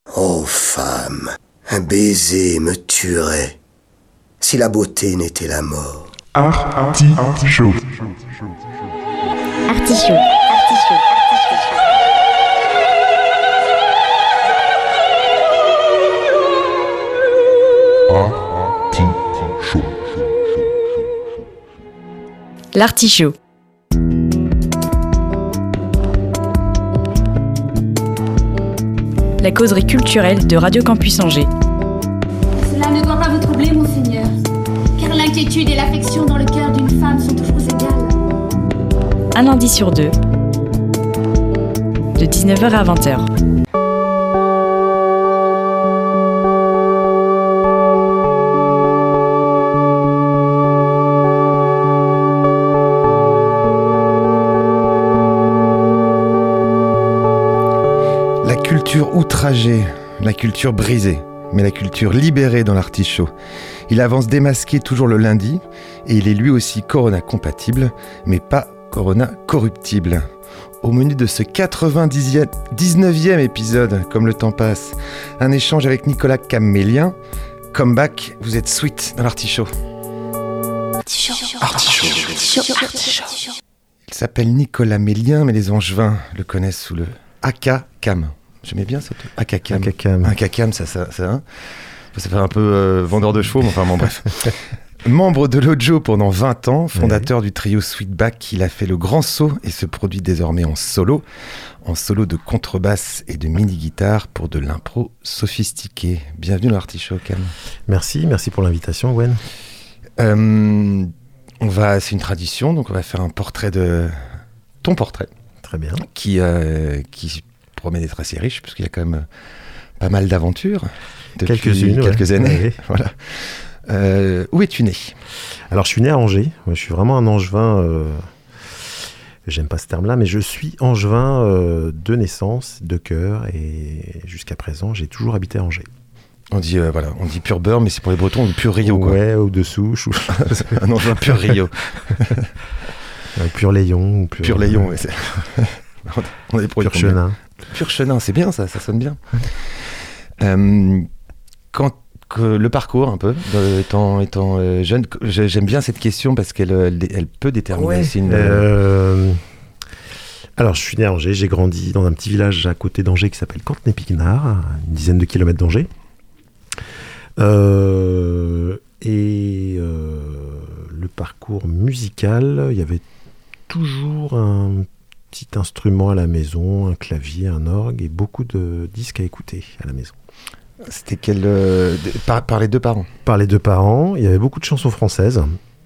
Ô femme, un baiser me tuerait si la beauté n'était la mort. Artichaut. Artichaut. L'artichaut. La causerie culturelle de Radio Campus Angers. Cela ne doit pas vous troubler, monseigneur, car l'inquiétude et l'affection dans le cœur d'une femme sont toujours égales. Un lundi sur deux, de 19h à 20h. La culture outragée, la culture brisée, mais la culture libérée dans l'artichaut. Il avance démasqué toujours le lundi, et il est lui aussi Corona compatible, mais pas Corona corruptible. Au menu de ce 19e épisode, comme le temps passe, un échange avec Nicolas Camélien. Comeback, vous êtes sweet dans l'artichaut. Artichaut. Il s'appelle Nicolas Mélien, mais les Angevins le connaissent sous le Aka Cam. J'aimais bien cette Aka Cam. Aka Cam, ça fait un peu vendeur de chevaux, mais enfin bon, bref. Membre de l'Ojo pendant 20 ans, fondateur du trio Sweetback, il a fait le grand saut et se produit désormais en solo de contrebasse et de mini-guitare pour de l'impro sophistiqué. Bienvenue dans l'artichaut, Cam. Merci pour l'invitation, Gwen. C'est une tradition, donc on va faire un portrait de ton portrait. Très bien. Qui promet d'être assez riche, puisqu'il y a quand même pas mal d'aventures. Depuis quelques années. Ouais. Voilà. Où es-tu né ? Alors, je suis né à Angers. Moi, je suis vraiment un Angevin. J'aime pas ce terme-là, mais je suis Angevin de naissance, de cœur. Et jusqu'à présent, j'ai toujours habité à Angers. On dit pur beurre, mais c'est pour les Bretons, ou pur Rio, quoi. Ouais, ou de souche. Un Angevin pur Rio. Pur Léon. Pur Léon, ouais. On a des produits Pur Chenin. Pur Chenin, c'est bien ça sonne bien. Le parcours un peu, étant jeune, j'aime bien cette question parce qu'elle peut déterminer aussi une... Alors, je suis né à Angers, j'ai grandi dans un petit village à côté d'Angers qui s'appelle Cantenay-Picquenard, à une dizaine de kilomètres d'Angers. Le parcours musical, il y avait toujours un petit instrument à la maison, un clavier, un orgue et beaucoup de disques à écouter à la maison. C'était par les deux parents ? Par les deux parents, il y avait beaucoup de chansons françaises,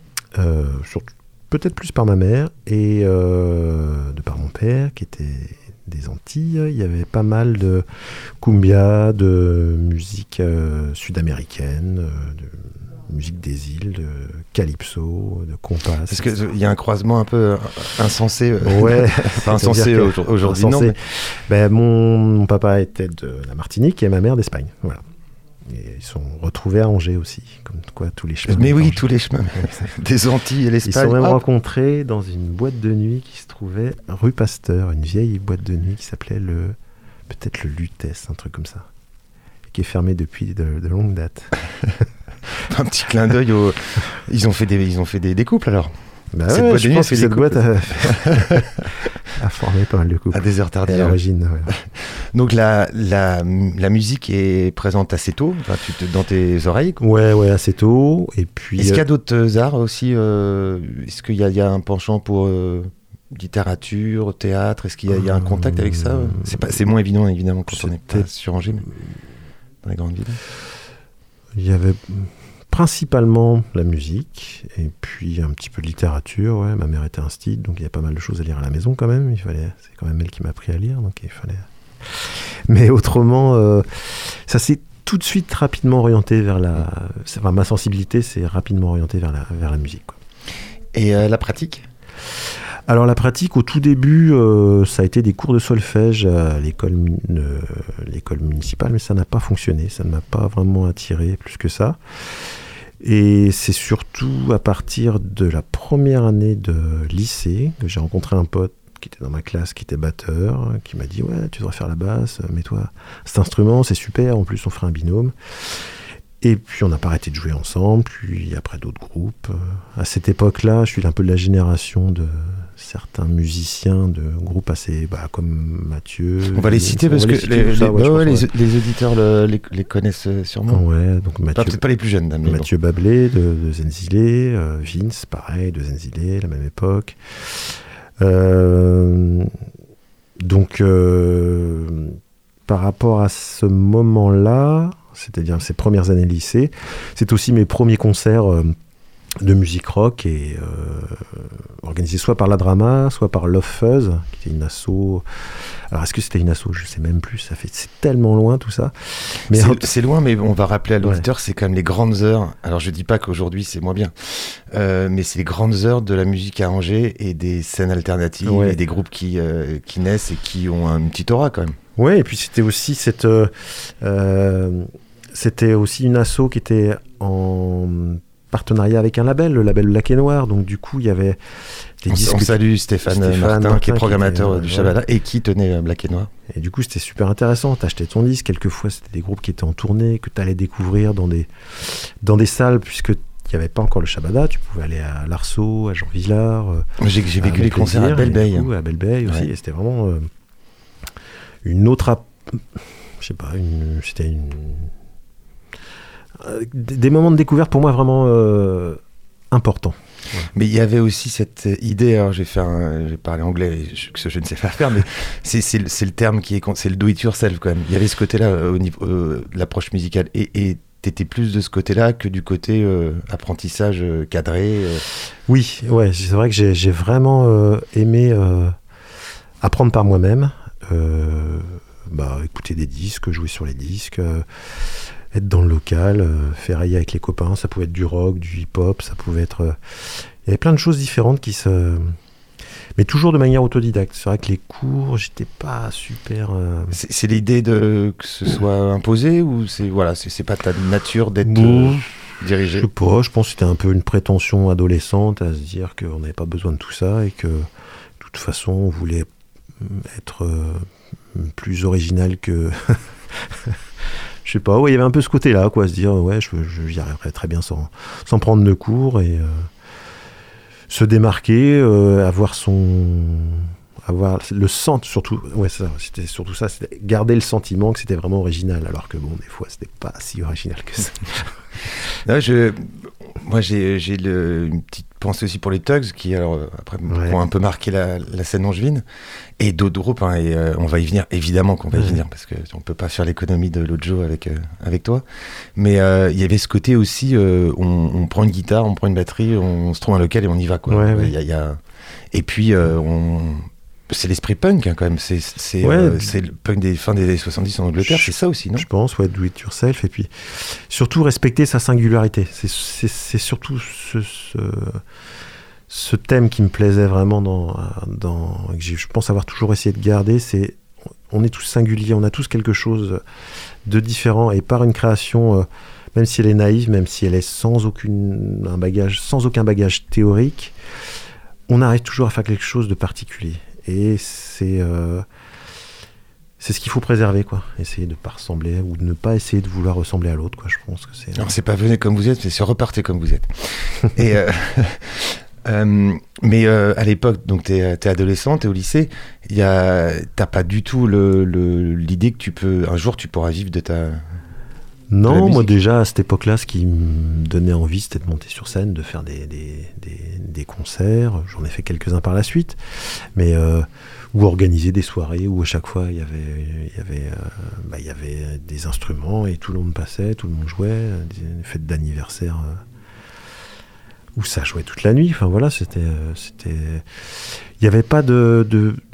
peut-être plus par ma mère et de par mon père qui était des Antilles. Il y avait pas mal de cumbia, de musique sud-américaine, de musique des îles, de calypso, de compas. Parce qu'il y a un croisement un peu insensé. Ouais. Enfin, insensé aujourd'hui, insensé. Non. Mais... mon papa était de la Martinique et ma mère d'Espagne. Voilà. Et ils sont retrouvés à Angers aussi, comme quoi tous les chemins. Mais oui, tous les chemins. Des Antilles et l'Espagne. Ils se sont même rencontrés dans une boîte de nuit qui se trouvait rue Pasteur, une vieille boîte de nuit qui s'appelait peut-être le Lutèce, un truc comme ça, qui est fermé depuis de longue date. Un petit clin d'œil ils ont fait des couples alors. Bah ouais, je pense que cette boîte a formé pas mal de couples. À des heures tardives. À l'origine, ouais. Donc la musique est présente assez tôt, dans tes oreilles, quoi. Ouais, assez tôt. Et puis. Est-ce qu'il y a d'autres arts aussi Est-ce qu'il y a un penchant pour littérature, théâtre ? Est-ce qu'il y a un contact avec ça ? C'est moins évident évidemment quand on n'est pas sur Angers, mais dans les grandes villes. Il y avait principalement la musique et puis un petit peu de littérature. Ouais. Ma mère était instite, donc il y a pas mal de choses à lire à la maison quand même. C'est quand même elle qui m'a appris à lire, donc il fallait. Mais autrement, ça s'est tout de suite rapidement orienté vers ma sensibilité s'est rapidement orientée vers la musique, quoi. Et la pratique ? Alors la pratique, au tout début, ça a été des cours de solfège à l'école municipale, mais ça n'a pas fonctionné, ça ne m'a pas vraiment attiré plus que ça. Et c'est surtout à partir de la première année de lycée que j'ai rencontré un pote qui était dans ma classe, qui était batteur, qui m'a dit « Ouais, tu devrais faire la basse, mets-toi cet instrument, c'est super, en plus on ferait un binôme. » Et puis on n'a pas arrêté de jouer ensemble, puis après d'autres groupes. À cette époque-là, je suis un peu de la génération de certains musiciens de groupes assez comme Mathieu. On va les citer parce que les auditeurs les connaissent sûrement. Ouais, donc Mathieu, peut-être pas les plus jeunes. Mais Mathieu Bablé de Zenzile, Vince, pareil, de Zenzile, la même époque. Donc, par rapport à ce moment-là, c'est-à-dire ces premières années de lycée, c'est aussi mes premiers concerts de musique rock et organisés soit par La Drama, soit par Love Fuzz, qui était une asso. Alors est-ce que c'était une asso ? Je sais même plus. C'est tellement loin tout ça. Mais c'est loin, mais on va rappeler à l'auditeur, c'est quand même les grandes heures. Alors je dis pas qu'aujourd'hui c'est moins bien, mais c'est les grandes heures de la musique à Angers et des scènes alternatives et des groupes qui naissent et qui ont une petite aura quand même. Ouais, et puis c'était aussi c'était aussi une asso qui était en partenariat avec un label, le label Lac et Noir. Donc du coup, il y avait des disques. On salue Stéphane Martin, qui est programmateur du Shabada et qui tenait Lac et Noir. Et du coup, c'était super intéressant. T'achetais ton disque. Quelquefois, c'était des groupes qui étaient en tournée, que t'allais découvrir dans des salles, puisque il n'y avait pas encore le Shabada. Tu pouvais aller à Larceau, à Jean Villard. J'ai vécu les concerts à Belle-Beille. À Belle-Beille aussi. Et c'était vraiment une autre. Je sais pas, c'était des moments de découverte pour moi vraiment importants. Ouais. Mais il y avait aussi cette idée, alors je vais parler anglais, que je ne sais pas faire, mais c'est le terme c'est le do it yourself quand même. Il y avait ce côté-là au niveau de l'approche musicale et t'étais plus de ce côté-là que du côté apprentissage cadré. Oui, ouais, c'est vrai que j'ai vraiment aimé apprendre par moi-même, écouter des disques, jouer sur les disques. Être dans le local, ferrailler avec les copains, ça pouvait être du rock, du hip-hop, ça pouvait être... Il y avait plein de choses différentes mais toujours de manière autodidacte. C'est vrai que les cours, j'étais pas super... C'est l'idée que ce soit imposé ou c'est pas ta nature d'être dirigé ? Je sais pas, je pense que c'était un peu une prétention adolescente à se dire qu'on n'avait pas besoin de tout ça et que de toute façon on voulait être plus original que... Je sais pas, il y avait un peu ce côté-là, quoi, se dire, j'y arriverais très bien sans prendre de cours et se démarquer, avoir le sentiment, surtout, c'était surtout ça, c'était garder le sentiment que c'était vraiment original, alors que des fois, c'était pas si original que ça. Non, moi, j'ai une petite pensée aussi pour les Tugs, qui, après, ont un peu marqué la scène angevine, et d'autres groupes, et on va y venir, évidemment qu'on va y venir, parce qu'on peut pas faire l'économie de l'autre jour avec toi, mais il y avait ce côté aussi, on prend une guitare, on prend une batterie, on se trouve un local et on y va, quoi. Et puis, c'est l'esprit punk, quand même. C'est le punk des fins des années 70 en Angleterre, c'est ça aussi, non ? Je pense, do it yourself. Et puis, surtout, respecter sa singularité. C'est surtout ce thème qui me plaisait vraiment que je pense avoir toujours essayé de garder. C'est, on est tous singuliers, on a tous quelque chose de différent. Et par une création, même si elle est naïve, même si elle est sans aucun bagage théorique, on arrive toujours à faire quelque chose de particulier. Et c'est ce qu'il faut préserver, quoi. Essayer de ne pas ressembler ou de ne pas essayer de vouloir ressembler à l'autre, quoi. Je pense que c'est... Alors, c'est pas venez comme vous êtes, mais c'est repartez comme vous êtes. Et mais à l'époque, donc t'es adolescent, t'es au lycée, t'as pas du tout l'idée que un jour tu pourras vivre de ta... Non, moi déjà à cette époque-là, ce qui me donnait envie, c'était de monter sur scène, de faire des concerts. J'en ai fait quelques-uns par la suite, mais ou organiser des soirées où à chaque fois il y avait des instruments et tout le monde passait, tout le monde jouait, des fêtes d'anniversaire où ça jouait toute la nuit. Enfin voilà, c'était. Il n'y avait pas de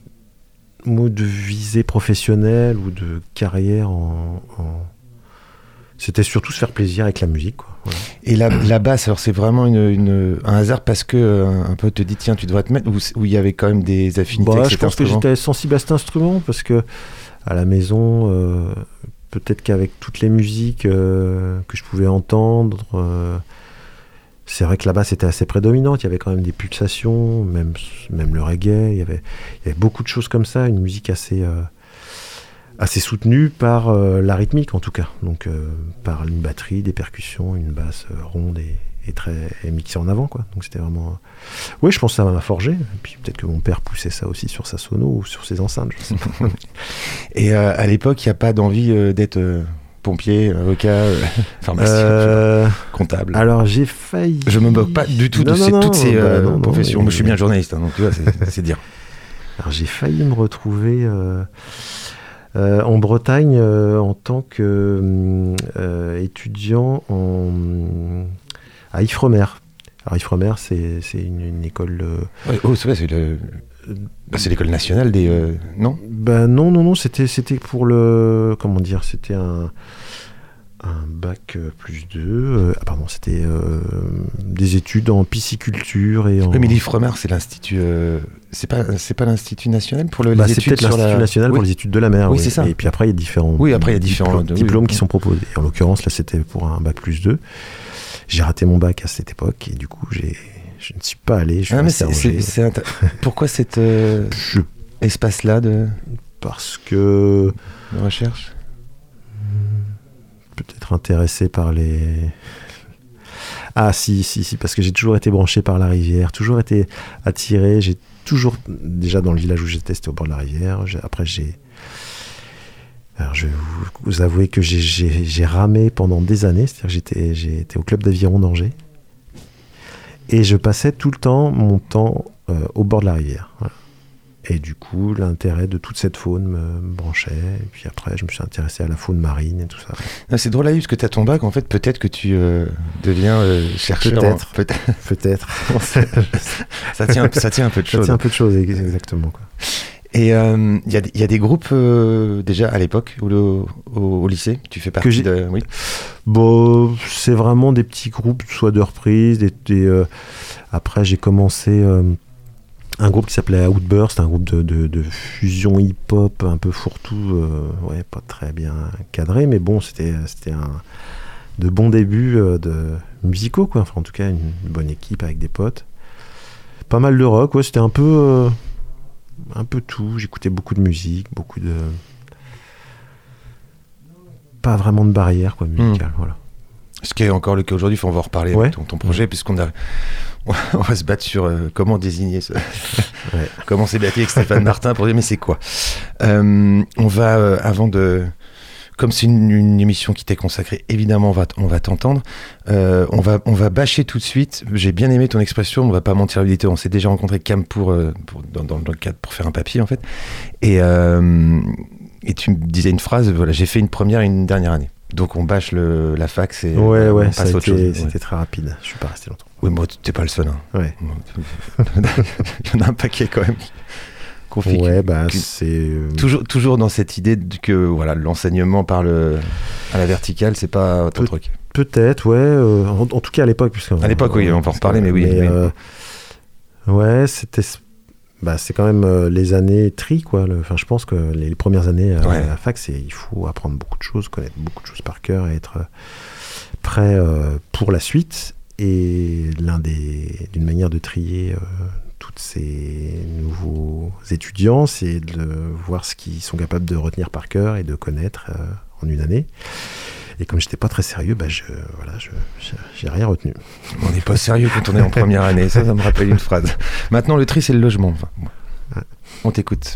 visée professionnelle ou de carrière C'était surtout se faire plaisir avec la musique, quoi. Voilà. Et la basse, alors c'est vraiment un hasard parce que un peu te dit tiens tu devrais te mettre, ou il y avait quand même des affinités avec cet instrument. Je pense que j'étais sensible à cet instrument parce que à la maison, peut-être qu'avec toutes les musiques que je pouvais entendre, c'est vrai que là-bas c'était assez prédominant, il y avait quand même des pulsations, même le reggae, il y avait beaucoup de choses comme ça, une musique assez soutenue par la rythmique en tout cas, donc par une batterie, des percussions, une basse ronde et mixée en avant, quoi. Donc c'était vraiment... Oui, je pense que ça m'a forgé, et puis peut-être que mon père poussait ça aussi sur sa sono ou sur ses enceintes, je sais pas. Et à l'époque, il n'y a pas d'envie d'être pompier, avocat, pharmacien, comptable. Alors j'ai failli... Je me moque pas du tout de toutes ces professions. Moi, je suis bien journaliste, donc tu vois, c'est dire. Alors j'ai failli me retrouver en Bretagne en tant qu'étudiant à Ifremer. Alors Ifremer, c'est une école... c'est l'école nationale des... non ? Non, c'était pour le... Comment dire ? C'était un bac plus 2. C'était des études en pisciculture et en... Oui, mais l'Ifremer, c'est l'institut... c'est pas l'institut national pour les c'est études peut-être l'institut national pour les études de la mer. Oui, c'est ça. Et puis après, il y a différents diplômes qui sont proposés. En l'occurrence, là, c'était pour un bac plus 2. J'ai raté mon bac à cette époque et du coup, je ne suis pas allé. Pourquoi cet espace-là Parce que... de recherche ? Peut-être intéressé par les... Ah si, parce que j'ai toujours été branché par la rivière, toujours été attiré. J'ai toujours... Déjà dans le village où j'étais, c'était au bord de la rivière. Alors, je vais vous avouer que j'ai ramé pendant des années, c'est-à-dire que j'étais au club d'aviron d'Angers et je passais tout le temps mon temps au bord de la rivière. Voilà. Et du coup, l'intérêt de toute cette faune me branchait. Et puis après, je me suis intéressé à la faune marine et tout ça. Ah, c'est drôle à vivre parce que tu as ton bac, en fait, peut-être que tu deviens chercheur. Peut-être. ça tient un peu de choses. Ça tient un peu de choses, exactement, quoi. Et il y a des groupes déjà à l'époque au lycée. Tu fais partie de... Oui. Bon, c'est vraiment des petits groupes, soit de reprises. Après, j'ai commencé un groupe qui s'appelait Outburst, un groupe de fusion hip-hop un peu fourre-tout, pas très bien cadré, mais bon, c'était de bons débuts de musicaux, quoi. Enfin, en tout cas, une bonne équipe avec des potes. Pas mal de rock, ouais, c'était un peu tout. J'écoutais beaucoup de musique, pas vraiment de barrière, quoi, musicale, voilà. Ce qui est encore le cas aujourd'hui, on va en reparler avec ton projet, puisqu'on va se battre sur comment désigner comment s'ébattre avec Stéphane Martin pour dire mais c'est quoi. On va avant de... Comme c'est une émission qui t'est consacrée, évidemment, on va t'entendre. On va bâcher tout de suite. J'ai bien aimé ton expression. On va pas mentir à l'éditeur. On s'est déjà rencontré Cam dans le cadre pour faire un papier, en fait. Et tu me disais une phrase. Voilà, j'ai fait une première et une dernière année. Donc on bâche la fac. On passe à autre chose. C'était très rapide. Je suis pas resté longtemps. Oui, moi, t'es pas le seul. Hein. Ouais. Il y en a un paquet quand même. C'est toujours dans cette idée que voilà, l'enseignement à la verticale, c'est pas ton truc. Peut-être, ouais. En tout cas à l'époque, à l'époque, oui, on va en reparler, mais oui. C'était. C'est quand même les années tri, quoi. Je pense que les premières années à la fac, il faut apprendre beaucoup de choses, connaître beaucoup de choses par cœur et être prêt pour la suite. Et d'une manière de trier tous ces nouveaux étudiants, c'est de voir ce qu'ils sont capables de retenir par cœur et de connaître en une année. Et comme j'étais pas très sérieux, j'ai rien retenu. On n'est pas sérieux quand on est en première année, ça me rappelle une phrase. Maintenant, le tri, c'est le logement. On t'écoute.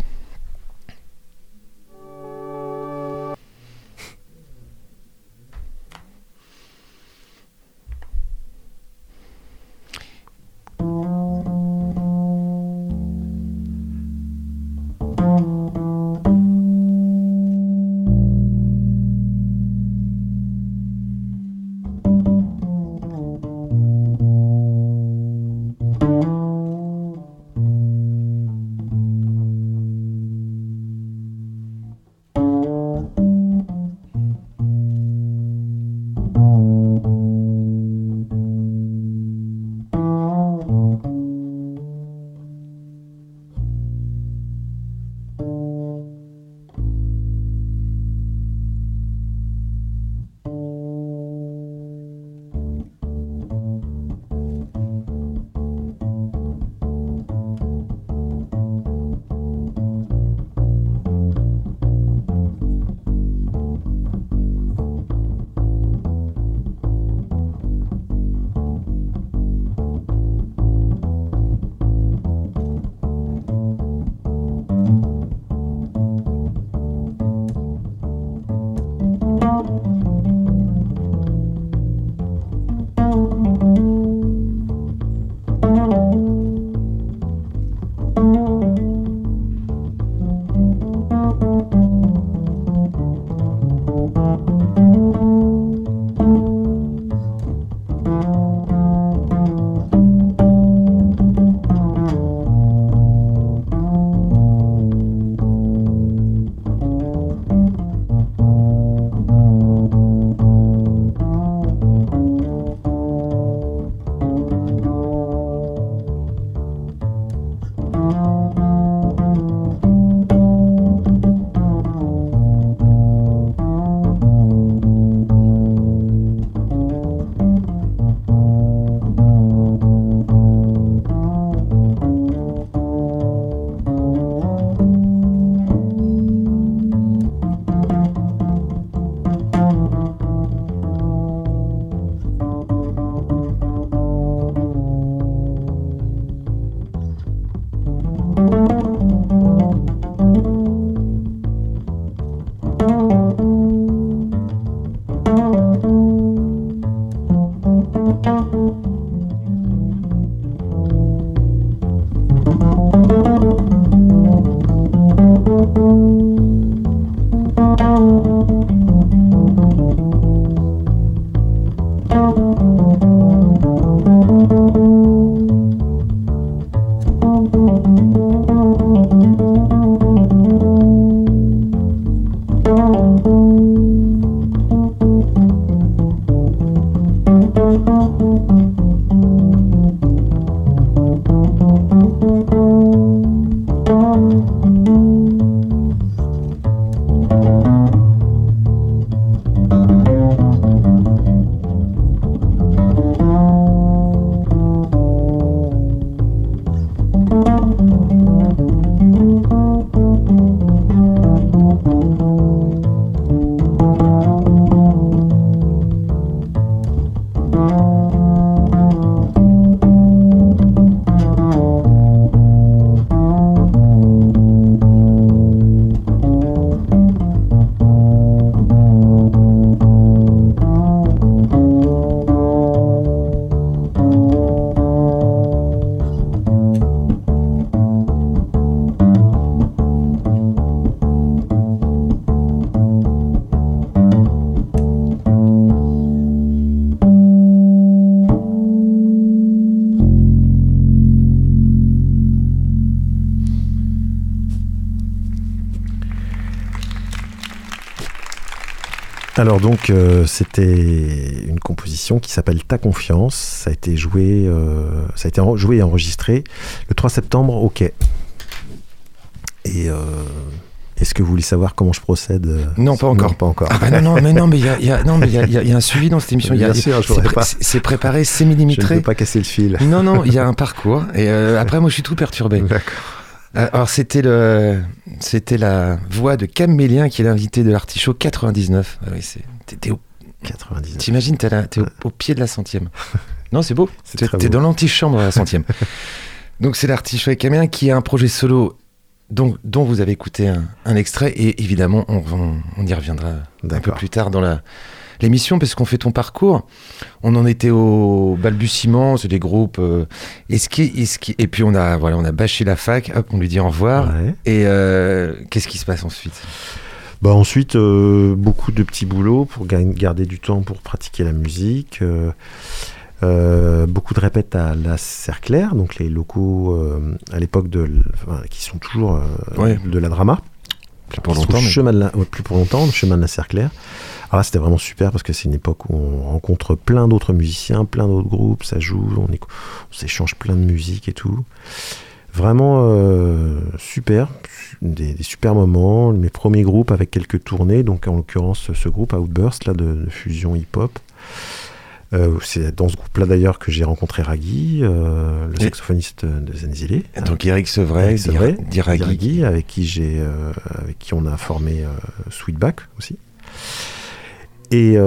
Alors donc, c'était une composition qui s'appelle Ta Confiance. Ça a été joué et enregistré le 3 septembre au Quai. Et est-ce que vous voulez savoir comment je procède ? Non, pas encore. Non, pas encore. Ah bah non, mais il y a un suivi dans cette émission. Bien sûr, je voudrais pas. C'est préparé, c'est millimétré. Je ne veux pas casser le fil. Non, il y a un parcours. Et après, moi, je suis tout perturbé. D'accord. Alors, c'était la voix de Cam Mélien, qui est l'invité de l'Artichaut 99. Ah oui, t'es au 99. T'imagines, t'es au pied de la 100e. Non, c'est beau. T'es beau. dans l'antichambre de la 100e. Donc, c'est l'Artichaut avec Cam Mélien, qui a un projet solo dont vous avez écouté un extrait. Et évidemment, on y reviendra un peu plus tard dans l'émission, parce qu'on fait ton parcours. On en était au balbutiement, c'est des groupes. Et puis on a bâché la fac, hop, on lui dit au revoir. Ouais. Et qu'est-ce qui se passe ensuite ? Ensuite, beaucoup de petits boulots pour garder du temps pour pratiquer la musique. Beaucoup de répètes à la Cerclair, donc les locaux à l'époque qui sont toujours de la Drama. Plus pour longtemps, le chemin de la Cerclair. Alors là, c'était vraiment super parce que c'est une époque où on rencontre plein d'autres musiciens, plein d'autres groupes, ça joue, on s'échange plein de musique et tout. Vraiment super, des super moments. Mes premiers groupes avec quelques tournées, donc en l'occurrence ce groupe Outburst là, de fusion hip-hop. C'est dans ce groupe-là d'ailleurs que j'ai rencontré Raggy, le saxophoniste de Zenzile. Donc Eric Sevray, dit Raggy, avec qui on a formé Sweetback aussi. Et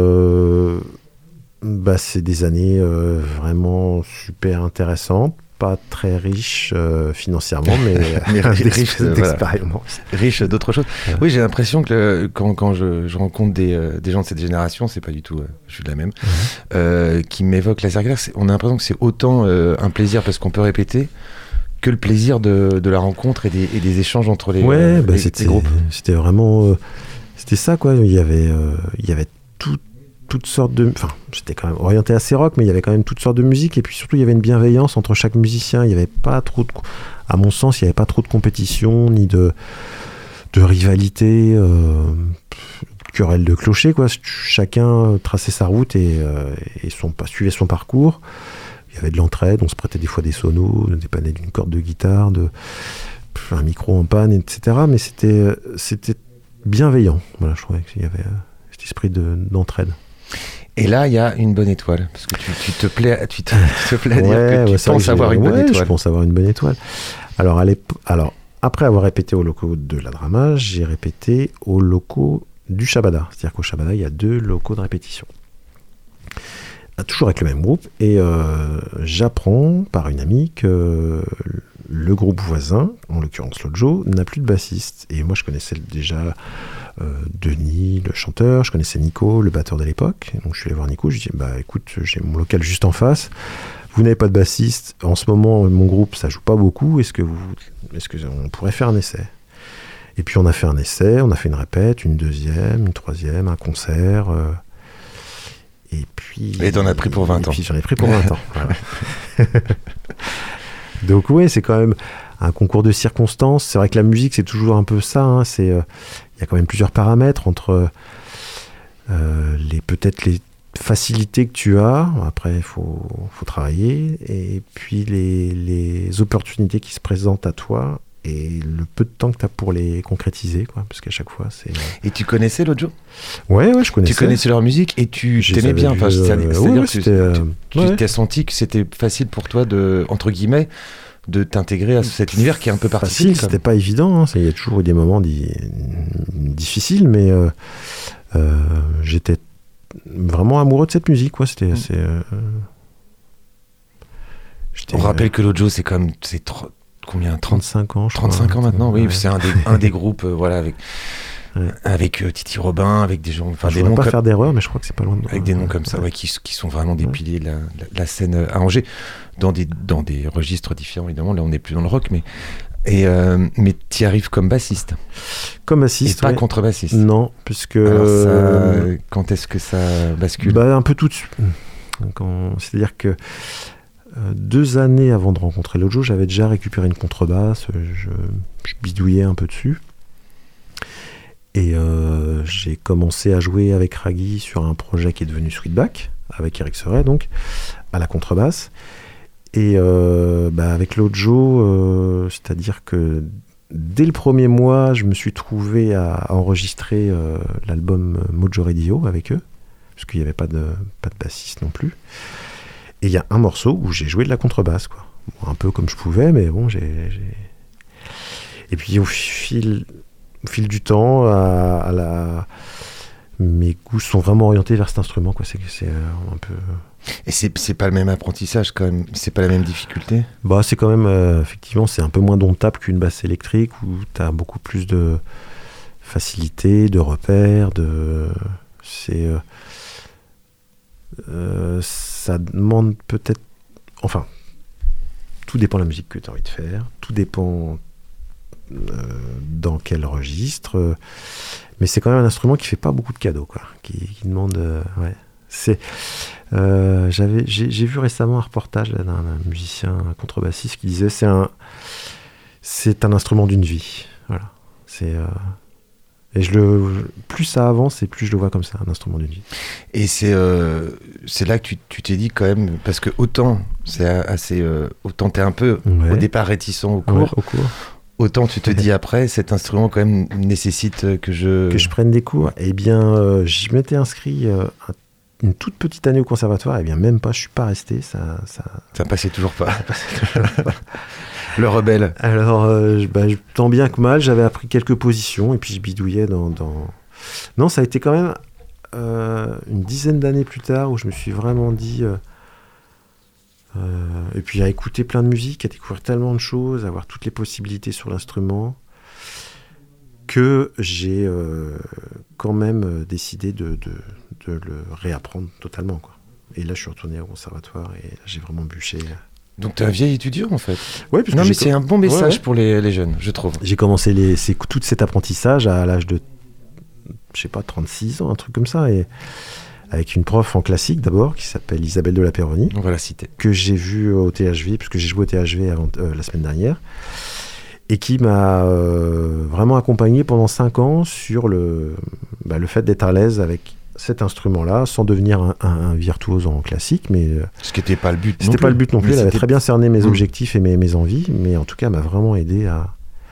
c'est des années vraiment super intéressantes, pas très riches financièrement, mais riches d'expérience. Riches d'autres choses. Ouais. Oui, j'ai l'impression que quand je rencontre des gens de cette génération, c'est pas du tout, je suis de la même, qui m'évoquent la Cerclair, on a l'impression que c'est autant un plaisir parce qu'on peut répéter, que le plaisir de la rencontre et des échanges entre les groupes. C'était vraiment... c'était ça, quoi. Il y avait toutes sortes de... Enfin, j'étais quand même orienté assez rock, mais il y avait quand même toutes sortes de musique. Et puis surtout, il y avait une bienveillance entre chaque musicien. Il n'y avait pas trop à mon sens, il n'y avait pas trop de compétition, ni de rivalité, querelle de clocher, quoi. Chacun traçait sa route et suivait son parcours. Il y avait de l'entraide, on se prêtait des fois des sonos, on dépannait d'une corde de guitare, un micro en panne, etc. Mais c'était bienveillant. Voilà, je trouvais qu'il y avait cet esprit d'entraide. Et là, il y a une bonne étoile, parce que tu te plais à dire que tu penses avoir une bonne étoile. Je pense avoir une bonne étoile. Alors, après avoir répété aux locaux de la Drama, j'ai répété aux locaux du Shabada. C'est-à-dire qu'au Shabada, il y a 2 locaux de répétition. Toujours avec le même groupe. Et j'apprends par une amie que le groupe voisin, en l'occurrence Lojo, n'a plus de bassiste. Et moi, je connaissais déjà Denis, le chanteur, je connaissais Nico, le batteur de l'époque. Donc je suis allé voir Nico, je lui ai dit écoute, j'ai mon local juste en face, vous n'avez pas de bassiste, en ce moment mon groupe ça joue pas beaucoup, est-ce que on pourrait faire un essai? Et puis on a fait un essai, on a fait une répète, une deuxième, une troisième, un concert, et puis... Et t'en as pris pour 20 ans. Et puis j'en ai pris pour 20 ans, voilà. Donc ouais, c'est quand même un concours de circonstances. C'est vrai que la musique, c'est toujours un peu ça, hein. Il y a quand même plusieurs paramètres entre peut-être les facilités que tu as, après il faut travailler, et puis les opportunités qui se présentent à toi et le peu de temps que tu as pour les concrétiser, quoi, parce qu'à chaque fois c'est... Et tu connaissais Lojo ? Ouais, je connaissais. Tu connaissais leur musique et tu t'aimais bien, enfin, c'est-à-dire que tu t'es senti que c'était facile pour toi de, entre guillemets, de t'intégrer à cet univers qui est un peu particulier. C'était pas évident, hein. Il y a toujours eu des moments difficiles, mais j'étais vraiment amoureux de cette musique, quoi. C'était assez... On rappelle que Lojo, c'est quand même... combien, 35 ans, je 35 crois. ans maintenant, oui. Ouais. C'est un des groupes, voilà, avec Titi Robin, avec des gens... Je ne veux pas faire d'erreur, mais je crois que c'est pas loin de... Avec des noms comme ça, qui sont vraiment des piliers de la scène à Angers, dans des registres différents, évidemment. Là, on n'est plus dans le rock, mais tu y arrives comme bassiste. Comme bassiste, et pas contrebassiste. Non, puisque... Alors quand est-ce que ça bascule ? Un peu tout de suite. C'est-à-dire que 2 années avant de rencontrer Lojo, j'avais déjà récupéré une contrebasse, je bidouillais un peu dessus. Et j'ai commencé à jouer avec Raggy sur un projet qui est devenu Sweetback, avec Eric Serret, donc, à la contrebasse. Et avec Lojo, c'est-à-dire que dès le premier mois, je me suis trouvé à enregistrer l'album Mojo Radio avec eux, parce qu'il n'y avait pas de bassiste non plus. Et il y a un morceau où j'ai joué de la contrebasse, quoi. Bon, un peu comme je pouvais, mais bon, Et puis au fil du temps, mes goûts sont vraiment orientés vers cet instrument, quoi. C'est un peu... Et c'est pas le même apprentissage quand même, c'est pas la même difficulté. Bah c'est quand même effectivement c'est un peu moins domptable qu'une basse électrique où t'as beaucoup plus de facilité, de repères, ça demande peut-être, enfin tout dépend de la musique que tu as envie de faire, tout dépend dans quel registre, mais c'est quand même un instrument qui fait pas beaucoup de cadeaux, quoi, qui demande ouais. J'ai vu récemment un reportage là, d'un musicien, un contrebassiste qui disait c'est un instrument d'une vie, voilà. Et plus ça avance et plus je le vois comme ça, un instrument d'une vie. Et c'est là que tu t'es dit quand même, parce que autant autant t'es un peu au départ réticent au cours. Autant tu te dis après, cet instrument quand même nécessite que je prenne des cours. Eh bien, je m'étais inscrit une toute petite année au conservatoire. Eh bien, même pas, je suis pas resté. Ça passait toujours pas. Le rebelle. Alors, tant bien que mal, j'avais appris quelques positions et puis je bidouillais dans... Non, ça a été quand même une dizaine d'années plus tard où je me suis vraiment dit... et puis à écouter plein de musique, à découvrir tellement de choses, à avoir toutes les possibilités sur l'instrument, que j'ai quand même décidé de le réapprendre totalement, quoi. Et là, je suis retourné au conservatoire et j'ai vraiment bûché. Donc, t'es un vieil étudiant, en fait. Ouais, non, mais c'est un bon message pour les jeunes, je trouve. J'ai commencé tout cet apprentissage à l'âge de, je sais pas, 36 ans, un truc comme ça, et avec une prof en classique d'abord, qui s'appelle Isabelle de la Perronie. On va la citer. Que j'ai vue au THV, puisque j'ai joué au THV la semaine dernière, et qui m'a vraiment accompagné pendant 5 ans sur le fait d'être à l'aise avec cet instrument-là, sans devenir un virtuose en classique, mais... Ce qui n'était pas le but. C'était pas le but non plus, elle avait très bien cerné mes objectifs et mes envies, mais en tout cas, elle m'a vraiment aidé à...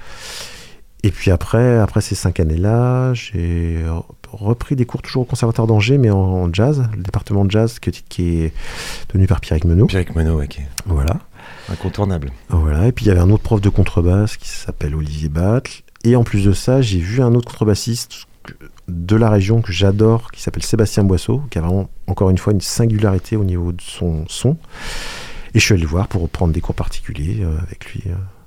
Et puis après ces 5 années-là, j'ai repris des cours toujours au Conservatoire d'Angers, mais en jazz, le département de jazz qui est tenu par Pierrick Menot. Pierrick Menot, ok. Voilà. Incontournable. Voilà, et puis il y avait un autre prof de contrebasse qui s'appelle Olivier Battle, et en plus de ça, j'ai vu un autre contrebassiste de la région que j'adore, qui s'appelle Sébastien Boisseau, qui a vraiment, encore une fois, une singularité au niveau de son son. Et je suis allé le voir pour prendre des cours particuliers avec lui.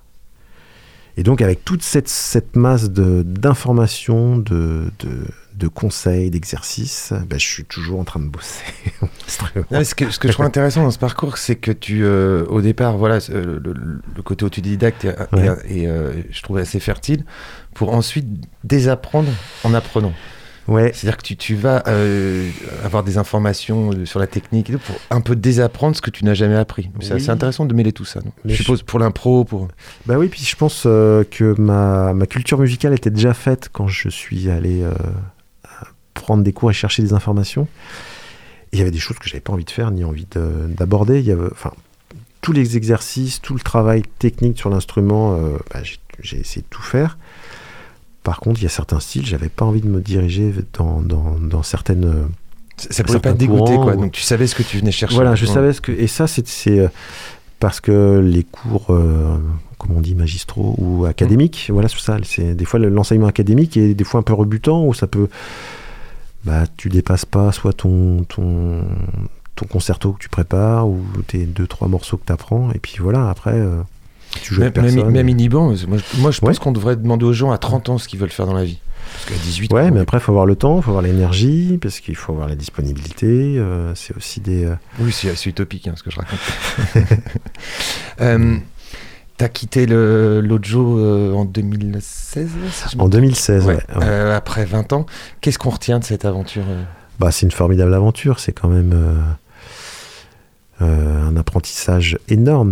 Et donc, avec toute cette masse d'informations, de conseils, d'exercices, je suis toujours en train de bosser. Ce que je trouve intéressant dans ce parcours, c'est que tu, au départ, voilà, le côté autodidacte et je trouve assez fertile, pour ensuite désapprendre en apprenant. Ouais. C'est-à-dire que tu vas avoir des informations sur la technique et tout, pour un peu désapprendre ce que tu n'as jamais appris. C'est assez intéressant de mêler tout ça, non ? Je suppose pour l'impro, pour... Bah oui, puis je pense que ma culture musicale était déjà faite quand je suis allé prendre des cours et chercher des informations. Et il y avait des choses que j'avais pas envie de faire, ni envie d'aborder. Il y avait, tous les exercices, tout le travail technique sur l'instrument, j'ai essayé de tout faire. Par contre, il y a certains styles, j'avais pas envie de me diriger dans certaines... Ça pouvait pas te dégoûter, quoi. Donc tu savais ce que tu venais chercher. Voilà, je savais ce que... Et ça, c'est parce que les cours, comme on dit, magistraux ou académiques, voilà, c'est ça. C'est des fois l'enseignement académique est des fois un peu rebutant, où ça peut... tu dépasses pas soit ton concerto que tu prépares, ou tes 2-3 morceaux que tu apprends, et puis voilà, après... Tu joues avec personne. Même inhibant, moi je pense qu'on devrait demander aux gens à 30 ans ce qu'ils veulent faire dans la vie. Parce qu'à 18 ans... Ouais, mais après il faut avoir le temps, il faut avoir l'énergie, parce qu'il faut avoir la disponibilité, c'est aussi des... Oui, c'est utopique ce que je raconte. T'as quitté l'Ojo en 2016 En 2016, ouais. Après 20 ans, qu'est-ce qu'on retient de cette aventure c'est une formidable aventure, c'est quand même... un apprentissage énorme,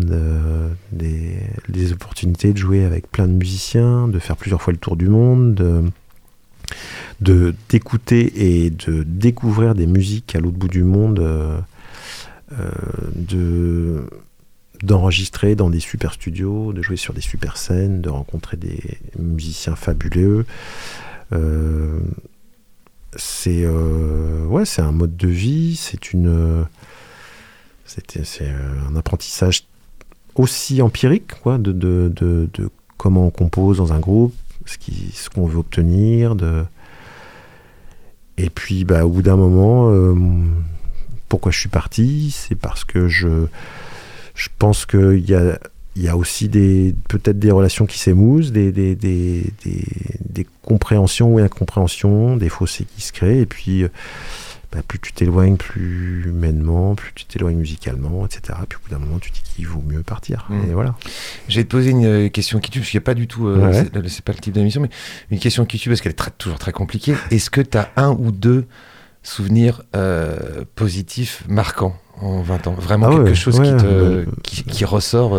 des opportunités de jouer avec plein de musiciens, de faire plusieurs fois le tour du monde, d'écouter et de découvrir des musiques à l'autre bout du monde, d'enregistrer dans des super studios, de jouer sur des super scènes, de rencontrer des musiciens fabuleux. C'est un mode de vie, c'est un apprentissage aussi empirique, quoi, de comment on compose dans un groupe, ce qu'on veut obtenir, et puis au bout d'un moment, pourquoi je suis parti, c'est parce que je pense qu'il y a aussi peut-être des relations qui s'émoussent, des compréhensions ou incompréhensions, des fossés qui se créent, et puis plus tu t'éloignes, plus humainement, plus tu t'éloignes musicalement, etc. Puis au bout d'un moment, tu te dis qu'il vaut mieux partir. Et voilà. Je vais te poser une question qui tue, parce qu'il n'y a pas du tout, c'est pas le type d'émission, mais une question qui tue, parce qu'elle est toujours très compliquée. Est-ce que tu as un ou deux souvenirs positifs marquants en 20 ans? Vraiment quelque chose qui ressort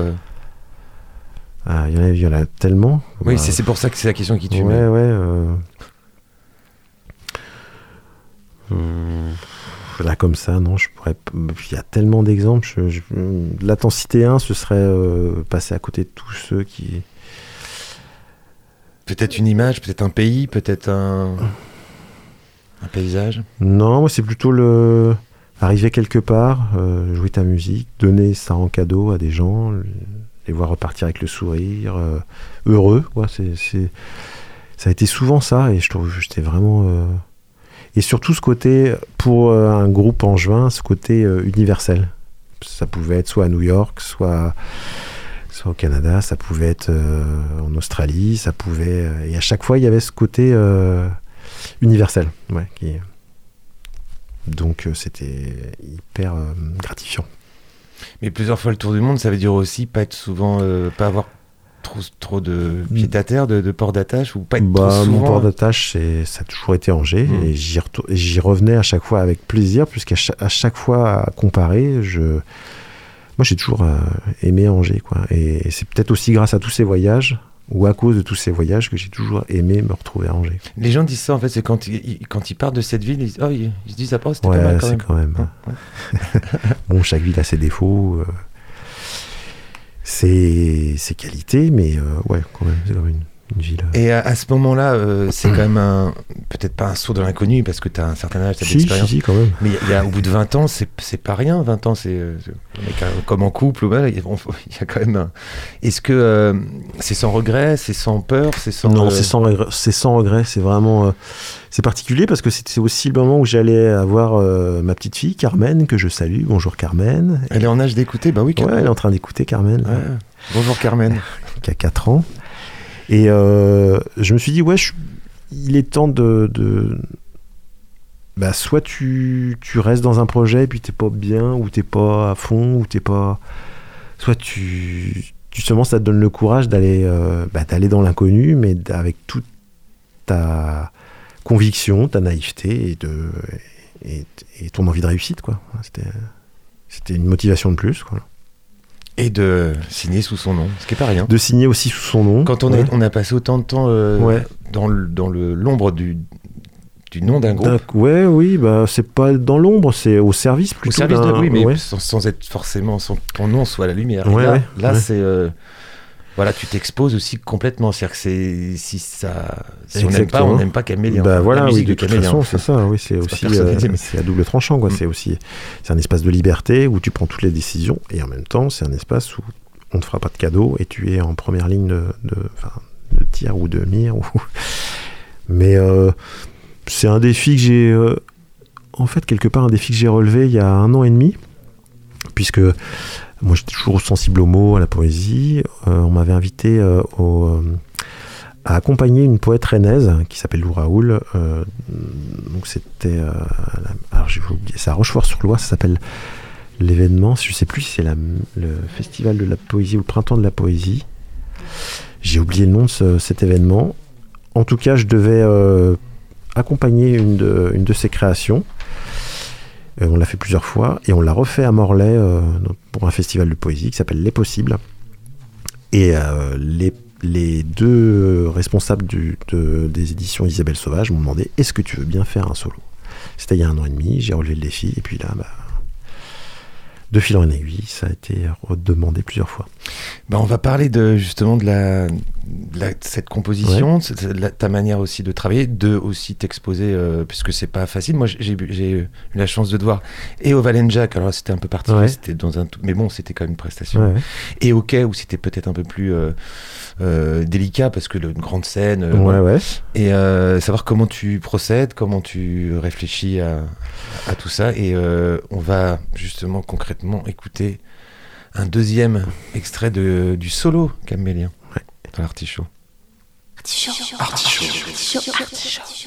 il y en a tellement. Oui, c'est pour ça que c'est la question qui tue. Là comme ça, non, je pourrais. Il y a tellement d'exemples. Là, t'en citer un, ce serait passer à côté de tous ceux qui. Peut-être une image, peut-être un pays, peut-être un paysage. Non, moi c'est plutôt arriver quelque part, jouer ta musique, donner ça en cadeau à des gens, les voir repartir avec le sourire, heureux. Quoi. Ça a été souvent ça, et je trouve que j'étais vraiment. Et surtout ce côté, pour un groupe angevin, ce côté universel. Ça pouvait être soit à New York, soit au Canada, ça pouvait être en Australie, et à chaque fois il y avait ce côté universel. Donc c'était hyper gratifiant. Mais plusieurs fois le tour du monde, ça veut dire aussi pas avoir trop de pied à terre, de port d'attache, ou pas être trop souvent. Mon port d'attache, ça a toujours été Angers, et j'y revenais à chaque fois avec plaisir, puisqu'à chaque fois à comparer, moi j'ai toujours aimé Angers, quoi. Et c'est peut-être aussi grâce à tous ces voyages, ou à cause de tous ces voyages, que j'ai toujours aimé me retrouver à Angers. Les gens disent ça, en fait, c'est quand ils partent de cette ville, ils se disent après, c'était pas mal quand même. Quand même. Bon, chaque ville a ses défauts, ses qualités, mais quand même, c'est quand même une ville. Et à ce moment-là, c'est quand même peut-être pas un saut dans l'inconnu, parce que tu as un certain âge, tu as de l'expérience. Si, quand même. Mais au bout de 20 ans, c'est pas rien. 20 ans, c'est comme en couple, il y a quand même Est-ce que c'est sans regret, c'est sans peur, c'est sans... Non, c'est sans regret, c'est vraiment... c'est particulier, parce que c'est aussi le moment où j'allais avoir ma petite fille, Carmen, que je salue. Bonjour Carmen. Elle est en âge d'écouter? Bah oui, Carmen. Ouais, elle est en train d'écouter, Carmen. Ouais. Bonjour Carmen. Qui a 4 ans. Et je me suis dit, il est temps soit tu restes dans un projet et puis t'es pas bien, ou t'es pas à fond, ou t'es pas... Soit justement, ça te donne le courage d'aller dans l'inconnu, mais avec toute ta conviction, ta naïveté et ton envie de réussite, quoi. C'était une motivation de plus, quoi. Et de signer sous son nom, ce qui n'est pas rien. De signer aussi sous son nom. Quand on a passé autant de temps dans l'ombre du nom d'un groupe. Oui, c'est pas dans l'ombre, c'est au service plutôt. Au service oui, mais sans être forcément, sans que ton nom soit la lumière. Là, c'est... tu t'exposes aussi complètement. C'est-à-dire que si on n'aime pas, on n'aime pas Caméléon. La musique de Caméléon, c'est ça. Oui, c'est aussi c'est à double tranchant, quoi. C'est un espace de liberté où tu prends toutes les décisions, et en même temps, c'est un espace où on te fera pas de cadeaux et tu es en première ligne de tir ou de mire. Mais c'est un défi que j'ai, en fait, quelque part, un défi que j'ai relevé il y a 1 an et demi, puisque moi, j'étais toujours sensible aux mots, à la poésie. On m'avait invité à accompagner une poète rennaise qui s'appelle Lou Raoul. Donc c'était... alors j'ai oublié, c'est à Rochefort-sur-Loire, ça s'appelle l'événement. Je ne sais plus si c'est le festival de la poésie ou le printemps de la poésie. J'ai oublié le nom de cet événement. En tout cas, je devais accompagner une de ses créations. On l'a fait plusieurs fois, et on l'a refait à Morlaix pour un festival de poésie qui s'appelle Les Possibles. Et les deux responsables des éditions Isabelle Sauvage m'ont demandé « Est-ce que tu veux bien faire un solo ?» C'était il y a 1 an et demi, j'ai relevé le défi, et puis là, de fil en aiguille, ça a été redemandé plusieurs fois. On va parler justement de cette composition, ta manière aussi de travailler, de aussi t'exposer, puisque c'est pas facile. Moi, j'ai eu la chance de te voir et au Valenjack, alors c'était un peu particulier, c'était dans mais bon, c'était quand même une prestation. Et au Quai, où c'était peut-être un peu plus délicat, parce que une grande scène. Et savoir comment tu procèdes, comment tu réfléchis à tout ça. Et on va justement concrètement écouter un deuxième extrait du solo Camélien dans l'Artichaut. Artichaut.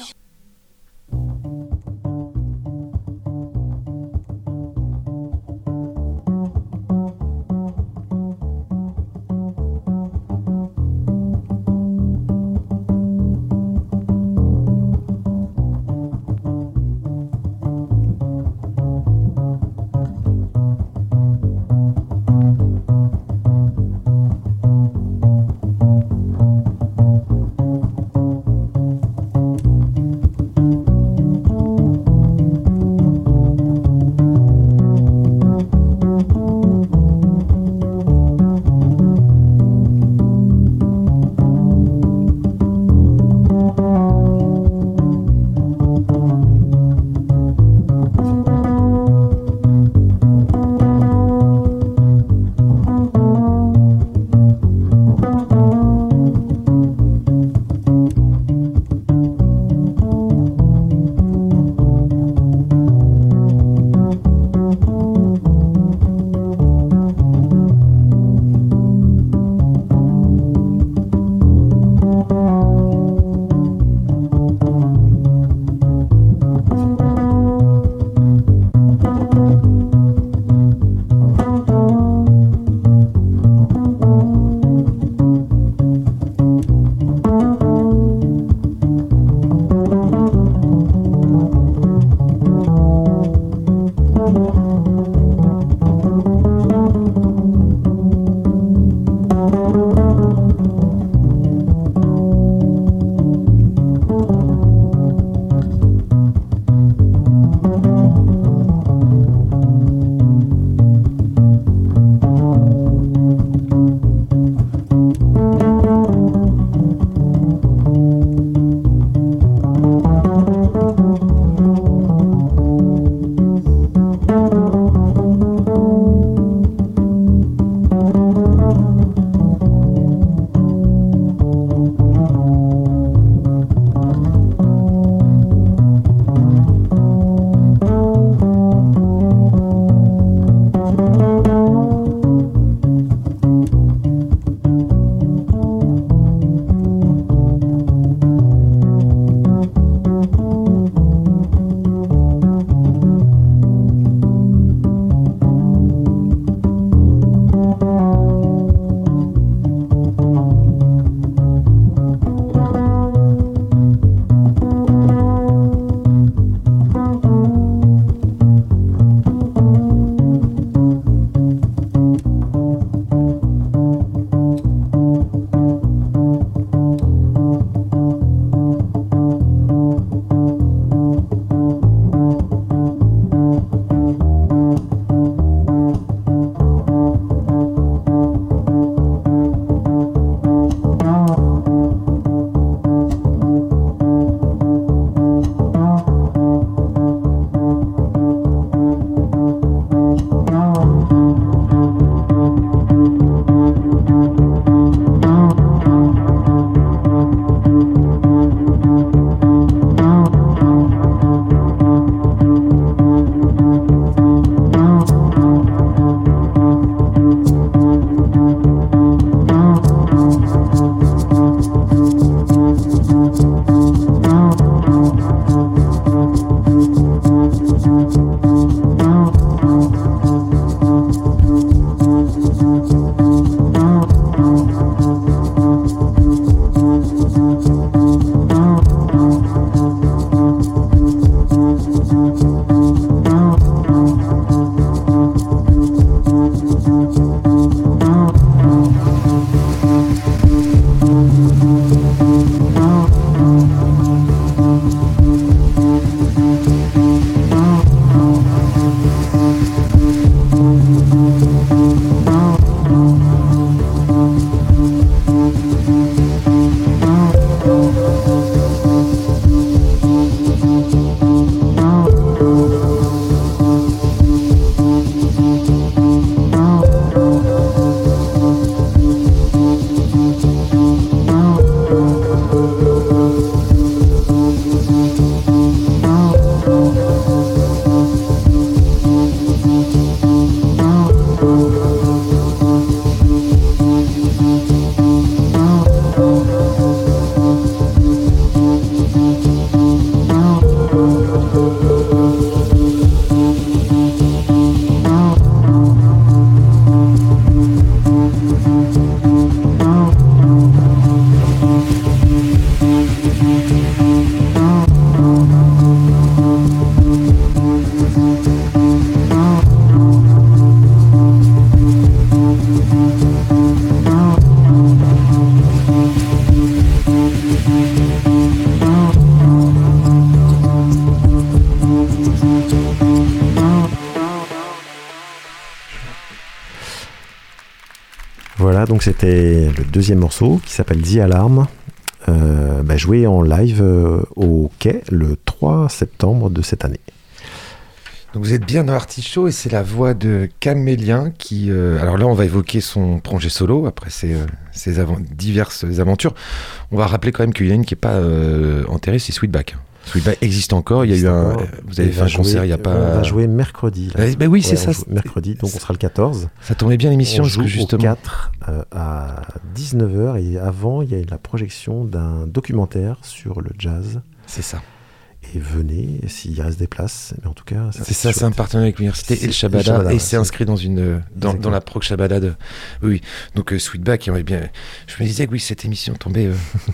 Voilà, donc c'était le deuxième morceau qui s'appelle The Alarm, joué en live au Quai le 3 septembre de cette année. Donc vous êtes bien dans Artichaut et c'est la voix de Camélien qui... alors là, on va évoquer son projet solo après ses diverses aventures. On va rappeler quand même qu'il y en a une qui n'est pas enterrée, c'est Sweetback. Sweetback existe encore, il y a eu vous avez fait un concert il n'y a pas... On va jouer mercredi. Là. Oui, c'est ça. Mercredi, donc on sera le 14. Ça tombait bien l'émission, parce que justement... au 4 à 19h, et avant, il y a eu la projection d'un documentaire sur le jazz. C'est ça. Et venez, s'il reste des places. Mais en tout cas, c'est un partenariat avec l'université et le Shabada, et c'est inscrit dans la prog Shabada de... Oui, donc Sweetback, il y aurait bien... Je me disais que oui, cette émission tombait...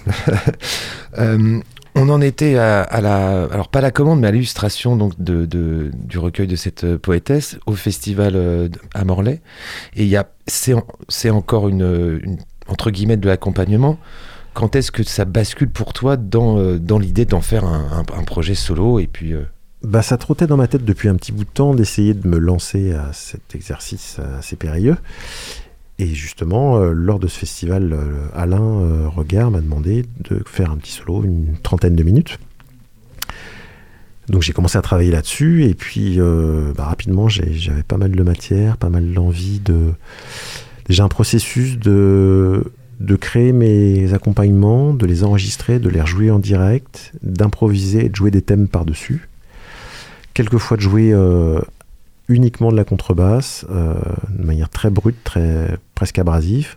on en était à la... Alors, pas à la commande, mais à l'illustration donc, du recueil de cette poétesse au festival à Morlaix. Et c'est encore une entre guillemets, de l'accompagnement. Quand est-ce que ça bascule pour toi dans l'idée d'en faire un projet solo et puis ça trottait dans ma tête depuis un petit bout de temps d'essayer de me lancer à cet exercice assez périlleux. Et justement, lors de ce festival, Alain Regard m'a demandé de faire un petit solo, une 30aine de minutes. Donc j'ai commencé à travailler là-dessus et puis rapidement j'avais pas mal de matière, pas mal d'envie déjà un processus de créer mes accompagnements, de les enregistrer, de les rejouer en direct, d'improviser et de jouer des thèmes par-dessus. Quelquefois de jouer uniquement de la contrebasse, de manière très brute, presque abrasive.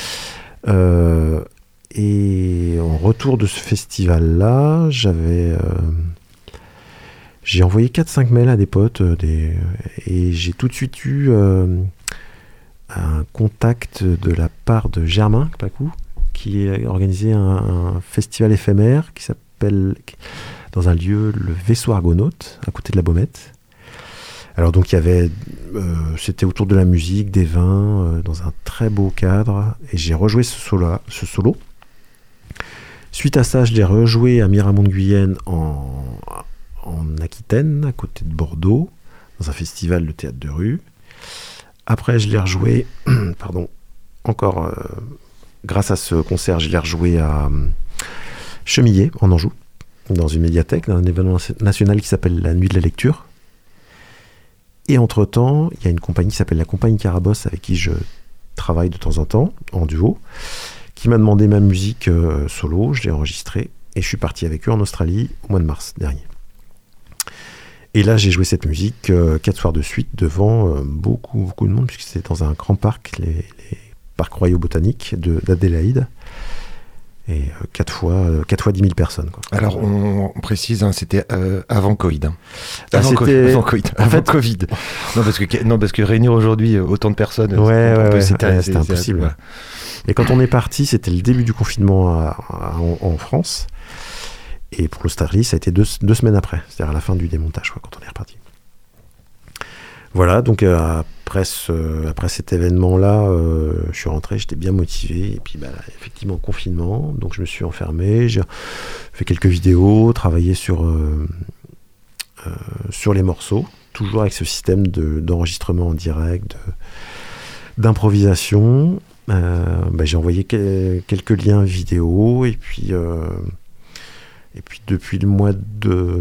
Et en retour de ce festival-là, j'ai envoyé 4-5 mails à des potes et j'ai tout de suite eu un contact de la part de Germain Pacou, qui a organisé un festival éphémère qui s'appelle, dans un lieu, le Vaisseau Argonaute, à côté de la Baumette. Alors donc il y avait, c'était autour de la musique, des vins, dans un très beau cadre, et j'ai rejoué ce solo. Suite à ça, je l'ai rejoué à Miramont-de-Guyenne en Aquitaine, à côté de Bordeaux, dans un festival de théâtre de rue. Après, je l'ai rejoué, encore grâce à ce concert, je l'ai rejoué à Chemillé, en Anjou, dans une médiathèque, dans un événement national qui s'appelle la Nuit de la Lecture. Et entre-temps, il y a une compagnie qui s'appelle la Compagnie Carabosse, avec qui je travaille de temps en temps, en duo, qui m'a demandé ma musique solo, je l'ai enregistrée, et je suis parti avec eux en Australie au mois de mars dernier. Et là, j'ai joué cette musique 4 soirs de suite devant beaucoup de monde, puisque c'était dans un grand parc, les parcs royaux botaniques d'Adélaïde. Et 4 fois 10 000 personnes. Quoi. Alors, on précise, c'était avant Covid. Avant Covid. Avant Covid. Non, parce que réunir aujourd'hui autant de personnes, c'était impossible. Ouais. Et quand on est parti, c'était le début du confinement en France. Et pour l'Australie, ça a été 2 semaines après, c'est-à-dire à la fin du démontage, quand on est reparti. Voilà, donc après cet événement-là, je suis rentré, j'étais bien motivé, et puis effectivement, confinement, donc je me suis enfermé, j'ai fait quelques vidéos, travaillé sur les morceaux, toujours avec ce système d'enregistrement en direct, d'improvisation. J'ai envoyé quelques liens vidéo, et puis depuis le mois de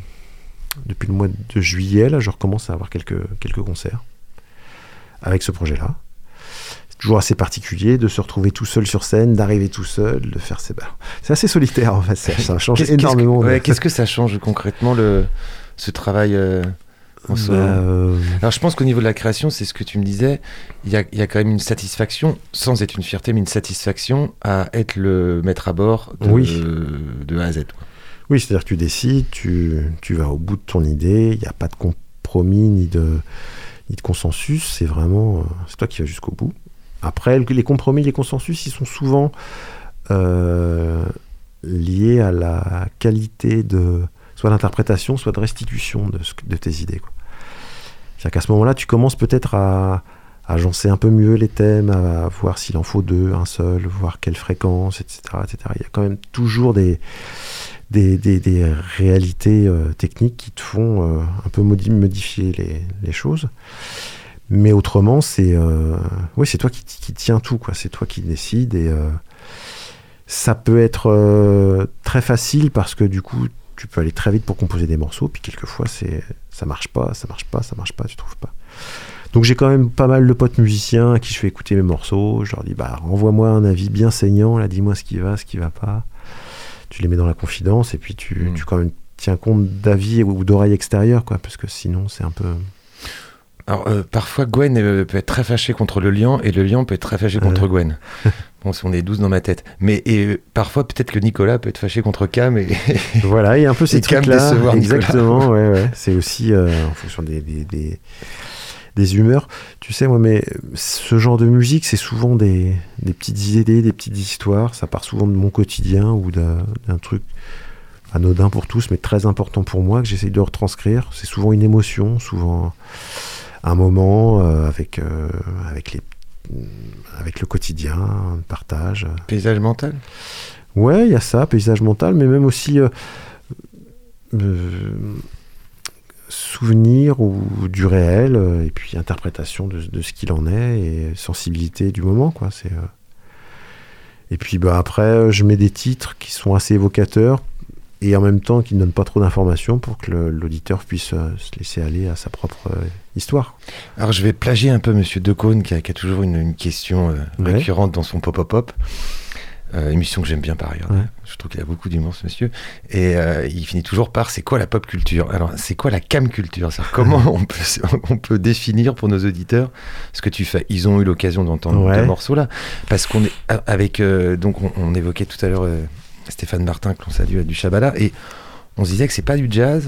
juillet, là, je recommence à avoir quelques concerts avec ce projet-là. C'est toujours assez particulier de se retrouver tout seul sur scène, d'arriver tout seul, de faire c'est assez solitaire en fait. Ça change énormément. Qu'est-ce que ça change concrètement ce travail en solo ? Alors je pense qu'au niveau de la création, c'est ce que tu me disais, il y a quand même une satisfaction, sans être une fierté, mais une satisfaction à être le maître à bord de A à Z. Quoi. Oui, c'est-à-dire que tu décides, tu vas au bout de ton idée, il n'y a pas de compromis ni de consensus, c'est vraiment, c'est toi qui vas jusqu'au bout. Après, les compromis, les consensus, ils sont souvent liés à la qualité soit d'interprétation, soit de restitution de tes idées. Quoi. C'est-à-dire qu'à ce moment-là, tu commences peut-être à agencer un peu mieux les thèmes, à voir s'il en faut 2, un seul, voir quelle fréquence, etc. Il y a quand même toujours des des réalités techniques qui te font un peu modifier les choses. Mais autrement, c'est toi qui tiens tout, quoi. C'est toi qui décides. Et ça peut être très facile parce que du coup, tu peux aller très vite pour composer des morceaux. Puis quelquefois, ça marche pas, tu trouves pas. Donc j'ai quand même pas mal de potes musiciens à qui je fais écouter mes morceaux. Je leur dis, renvoie-moi un avis bien saignant, là, dis-moi ce qui va pas. Tu les mets dans la confidence et puis tu quand même tiens compte d'avis ou d'oreilles extérieures, quoi, parce que sinon c'est un peu... Alors parfois Gwen peut être très fâché contre le lion et le lion peut être très fâché contre Gwen. Bon, on est 12 dans ma tête. Mais parfois peut-être que Nicolas peut être fâché contre Cam et... Voilà, il y a un peu ces trucs-là. Exactement, Nicolas. Ouais. C'est aussi en fonction des humeurs. Tu sais, moi, mais ce genre de musique, c'est souvent des petites idées, des petites histoires. Ça part souvent de mon quotidien ou d'un truc anodin pour tous, mais très important pour moi, que j'essaye de retranscrire. C'est souvent une émotion, souvent un moment avec le quotidien, un partage. Paysage mental ? Ouais, il y a ça, paysage mental, mais même aussi... souvenir ou du réel et puis interprétation de ce qu'il en est et sensibilité du moment, quoi. Et puis après je mets des titres qui sont assez évocateurs et en même temps qui ne donnent pas trop d'informations pour que l'auditeur puisse se laisser aller à sa propre histoire. Alors je vais plagier un peu Monsieur Decaune qui a toujours une question récurrente dans son pop-up-pop. Émission que j'aime bien par ailleurs. Ouais. Je trouve qu'il a beaucoup d'humour, ce monsieur. Et il finit toujours par c'est quoi la pop culture ? Alors, c'est quoi la cam culture ? Comment on peut définir pour nos auditeurs ce que tu fais ? Ils ont eu l'occasion d'entendre ce morceau-là. Parce qu'on est avec. Donc, on évoquait tout à l'heure Stéphane Martin, que l'on salue, du Shabala. Et on se disait que c'est pas du jazz.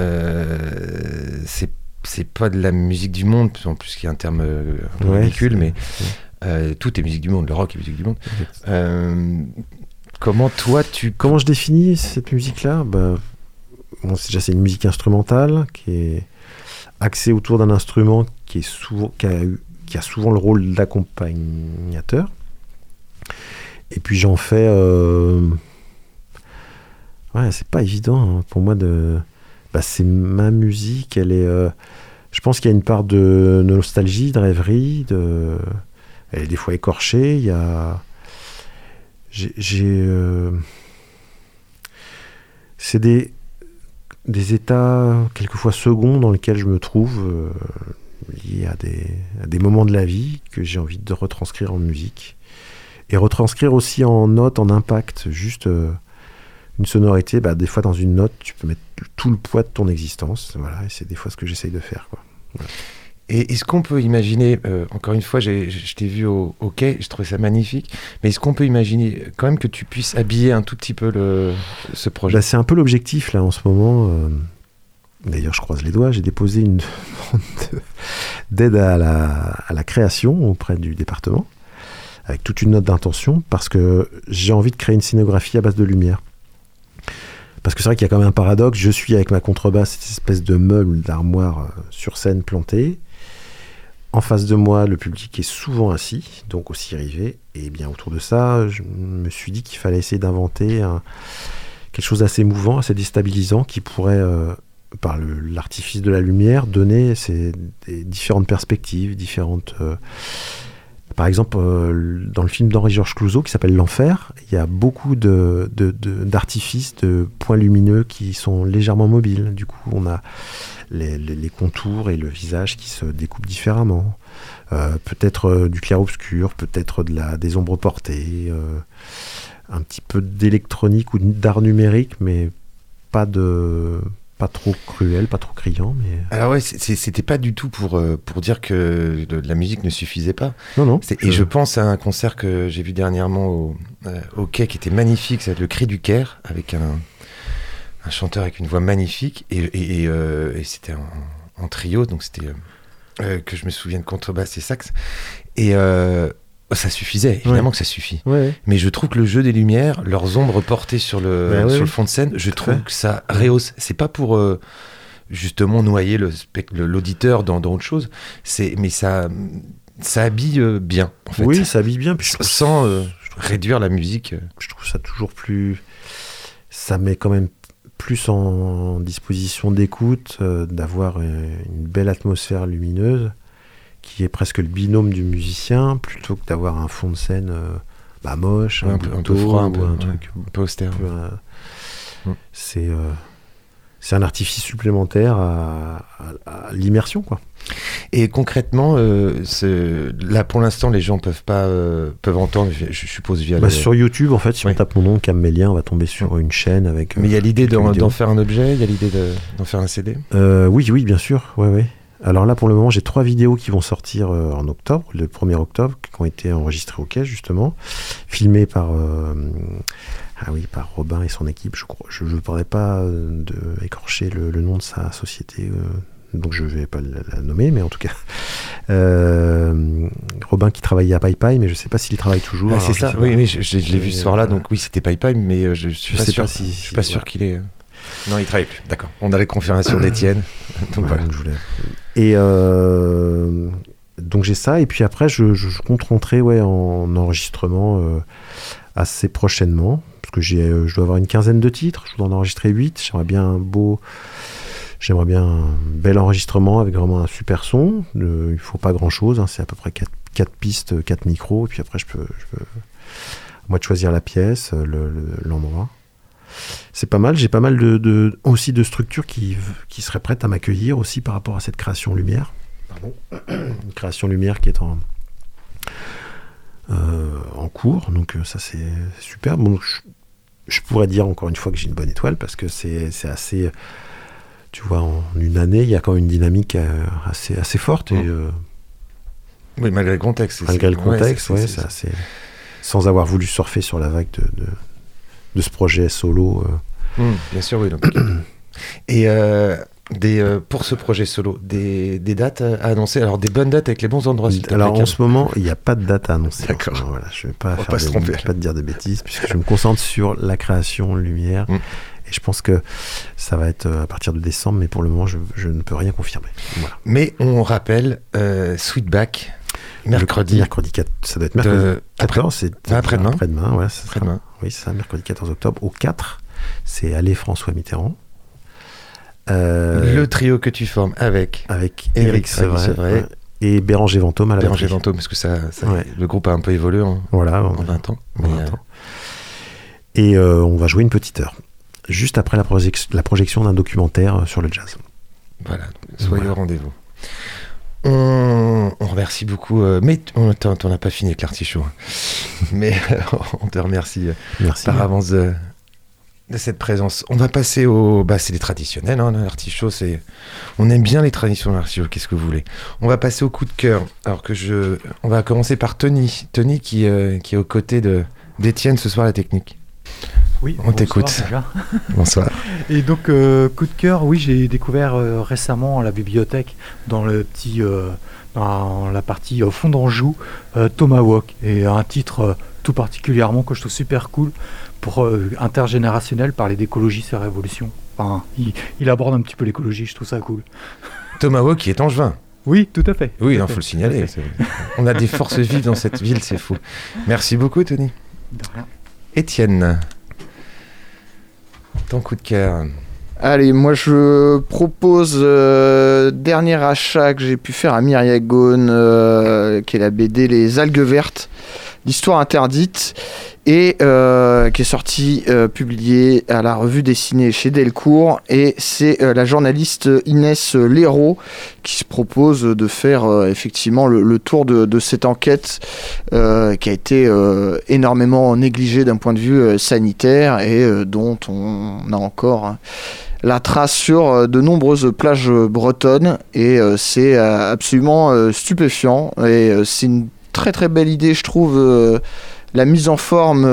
C'est pas de la musique du monde. En plus, qu'il y a un terme un peu ridicule, mais. Tout est musique du monde, le rock est musique du monde. Comment je définis cette musique-là ? C'est une musique instrumentale qui est axée autour d'un instrument qui a souvent le rôle d'accompagnateur. Et puis j'en fais... c'est pas évident pour moi de... c'est ma musique, elle est... je pense qu'il y a une part de nostalgie, de rêverie, elle est des fois écorchée, il y a... C'est des états quelquefois seconds dans lesquels je me trouve liés à des moments de la vie que j'ai envie de retranscrire en musique. Et retranscrire aussi en notes, en impact, juste une sonorité. Des fois dans une note, tu peux mettre tout le poids de ton existence. Voilà, et c'est des fois ce que j'essaye de faire, quoi. Voilà. Et est-ce qu'on peut imaginer, encore une fois, je t'ai vu au quai, je trouvais ça magnifique, mais est-ce qu'on peut imaginer quand même que tu puisses habiller un tout petit peu ce projet ? C'est un peu l'objectif là en ce moment. D'ailleurs, je croise les doigts, j'ai déposé une demande d'aide à la création auprès du département, avec toute une note d'intention, parce que j'ai envie de créer une scénographie à base de lumière. Parce que c'est vrai qu'il y a quand même un paradoxe, je suis avec ma contrebasse, cette espèce de meuble d'armoire sur scène planté. En face de moi, le public est souvent assis, donc aussi rivé. Et bien autour de ça, je me suis dit qu'il fallait essayer d'inventer quelque chose d'assez mouvant, assez déstabilisant, qui pourrait, par l'artifice de la lumière, donner des différentes perspectives, différentes... Par exemple, dans le film d'Henri-Georges Clouzot, qui s'appelle L'Enfer, il y a beaucoup d'artifices, de points lumineux qui sont légèrement mobiles. Du coup, on a les contours et le visage qui se découpent différemment. Peut-être du clair-obscur, peut-être des ombres portées, un petit peu d'électronique ou d'art numérique, mais pas trop cruel, pas trop criant. Mais... Alors c'était pas du tout pour dire que la musique ne suffisait pas. Non. Et je pense à un concert que j'ai vu dernièrement au quai qui était magnifique, c'est le Cri du Caire, avec un chanteur avec une voix magnifique, et c'était en trio, donc c'était que je me souviens de contrebasse et sax, et ça suffisait, évidemment que ça suffit. Ouais. Mais je trouve que le jeu des lumières, leurs ombres portées sur le fond de scène, je trouve que ça rehausse. C'est pas pour justement noyer l'auditeur dans autre chose, mais ça habille bien, en fait. Oui, ça habille bien. Puis sans réduire la musique. Je trouve ça toujours plus... ça met quand même plus en disposition d'écoute, d'avoir une belle atmosphère lumineuse, qui est presque le binôme du musicien, plutôt que d'avoir un fond de scène moche, un peu froid, un truc un peu austère. C'est un artifice supplémentaire à l'immersion, quoi. Et concrètement, là pour l'instant, les gens peuvent entendre, je suppose, via sur YouTube, en fait, si on tape mon nom, Cammélien, on va tomber sur une chaîne avec. Mais il y a l'idée d'en faire un objet, il y a l'idée d'en faire un CD. Oui, bien sûr, ouais. Alors là, pour le moment, j'ai 3 vidéos qui vont sortir en octobre, le 1er octobre, qui ont été enregistrées au Caisse, justement, filmées par Robin et son équipe, je crois. Je ne pourrais pas écorcher le nom de sa société, donc je ne vais pas la nommer, mais en tout cas, Robin qui travaillait à PayPay, mais je ne sais pas s'il y travaille toujours. C'est ça, oui, je l'ai vu ce soir-là, donc oui, c'était PayPay, mais je ne suis pas sûr qu'il est... Non, il ne travaille plus, d'accord. On a les confirmations d'Étienne. Donc voilà. Et donc j'ai ça, et puis après je compte rentrer en enregistrement assez prochainement, parce que je dois avoir une quinzaine de titres, je dois en enregistrer 8, j'aimerais bien un bel enregistrement avec vraiment un super son. Il ne faut pas grand chose, c'est à peu près 4 pistes, 4 micros, et puis après je peux moi de choisir la pièce, l'endroit. C'est pas mal, j'ai pas mal aussi de structures qui seraient prêtes à m'accueillir aussi par rapport à cette création lumière. Une création lumière qui est en cours, donc ça c'est super. Bon, je pourrais dire encore une fois que j'ai une bonne étoile, parce que c'est assez... Tu vois, en une année, il y a quand même une dynamique assez forte. Et, oui, malgré le contexte. Malgré le contexte, c'est assez... Sans avoir voulu surfer sur la vague de ce projet solo. Bien sûr, oui. Donc. Et pour ce projet solo, des dates à annoncer, alors des bonnes dates avec les bons endroits. Alors en ce moment, il n'y a pas de date à annoncer. D'accord. Voilà, je ne vais pas te dire de bêtises, puisque je me concentre sur la création lumière. Et je pense que ça va être à partir de décembre, mais pour le moment, je ne peux rien confirmer. Voilà. Mais on rappelle, Sweetback, mercredi 4, ça doit être mercredi 14, c'est après-demain. Après-demain, ouais, après-demain. Oui, c'est ça, mercredi 14 octobre. Au 4, c'est Allée François Mitterrand. Le trio que tu formes avec Éric Sevray et Béranger Vantôme à la batterie. Béranger Vantôme, parce que le groupe a un peu évolué en 20 ans. Et on va jouer une petite heure, juste après la projection d'un documentaire sur le jazz. Voilà, soyez au rendez-vous. On remercie beaucoup, mais t'en as pas fini avec l'Artichaut. Mais on te remercie par avance de cette présence. On va passer c'est les traditionnels, l'Artichaut, on aime bien les traditions de l'Artichaut, qu'est-ce que vous voulez. On va passer au coup de cœur, on va commencer par Tony qui est aux côtés d'Étienne ce soir à la technique. Oui, on t'écoute. Bonsoir. Et donc, coup de cœur, oui, j'ai découvert récemment à la bibliothèque, dans la partie fond d'Anjou, Tomahawk, et un titre tout particulièrement que je trouve super cool pour intergénérationnel, parler d'écologie, c'est révolution. Enfin, il aborde un petit peu l'écologie, je trouve ça cool. Tomahawk qui est angevin. Oui, tout à fait. Oui, il faut le signaler. On a des forces vives dans cette ville, c'est fou. Merci beaucoup, Tony. De rien. Étienne, ton coup de cœur. Allez, moi je propose dernier achat que j'ai pu faire à Myriagone, qui est la BD Les Algues Vertes, l'histoire interdite, et qui est sortie, publiée à la revue dessinée chez Delcourt, et c'est la journaliste Inès Léraud qui se propose de faire effectivement le tour de cette enquête qui a été énormément négligée d'un point de vue sanitaire et dont on a encore la trace sur de nombreuses plages bretonnes, et c'est absolument stupéfiant, et c'est une très très belle idée, je trouve, la mise en forme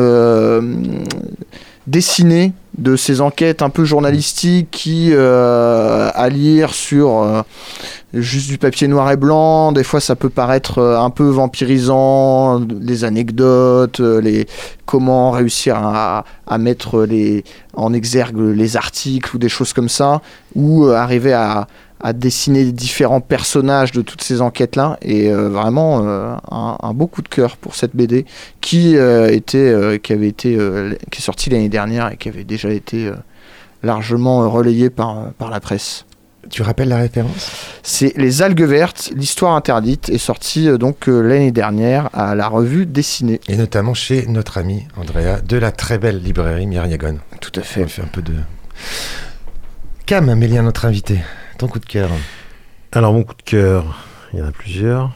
dessinée de ces enquêtes un peu journalistiques qui, à lire sur juste du papier noir et blanc, des fois ça peut paraître un peu vampirisant, les anecdotes, comment réussir à mettre en exergue les articles ou des choses comme ça, ou arriver à à dessiner les différents personnages de toutes ces enquêtes-là. Et vraiment un beau coup de cœur pour cette BD qui est sortie l'année dernière et qui avait déjà été largement relayée par la presse. Tu rappelles la référence ? C'est Les Algues Vertes, l'histoire interdite, est sortie l'année dernière à la revue Dessinée. Et notamment chez notre ami Andrea de la très belle librairie Myriagone. Tout à fait. On fait un peu de... Cam, Amélien, notre invité, ton coup de cœur. Alors mon coup de cœur, il y en a plusieurs.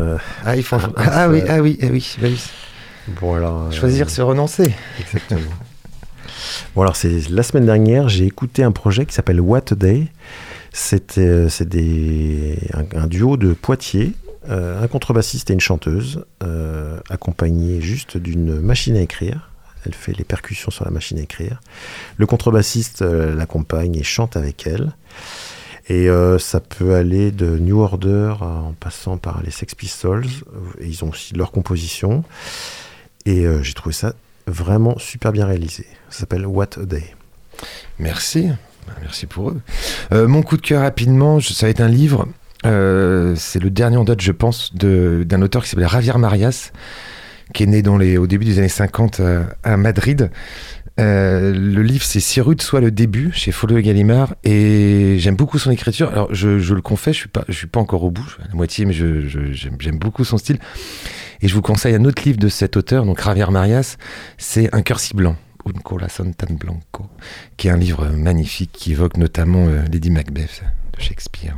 Oui. Bon alors... Choisir, se renoncer. Exactement. Bon alors c'est la semaine dernière, j'ai écouté un projet qui s'appelle What a Day. C'est un duo de Poitiers, un contrebassiste et une chanteuse, accompagnés juste d'une machine à écrire. Elle fait les percussions sur la machine à écrire. Le contrebassiste l'accompagne et chante avec elle. Et ça peut aller de New Order en passant par les Sex Pistols. Et ils ont aussi leur composition. Et j'ai trouvé ça vraiment super bien réalisé. Ça s'appelle What a Day. Merci pour eux. Mon coup de cœur rapidement, ça va être un livre. C'est le dernier en date, je pense, d'un auteur qui s'appelle Javier Marias, qui est né au début des années 50 à Madrid. Le livre, c'est Si rude soit le début, chez Folio et Gallimard, et j'aime beaucoup son écriture. Alors, je le confesse, je suis pas encore au bout, à la moitié, mais j'aime beaucoup son style. Et je vous conseille un autre livre de cet auteur, donc Javier Marias, c'est Un cœur si blanc, Un corazón tan blanco, qui est un livre magnifique qui évoque notamment Lady Macbeth de Shakespeare.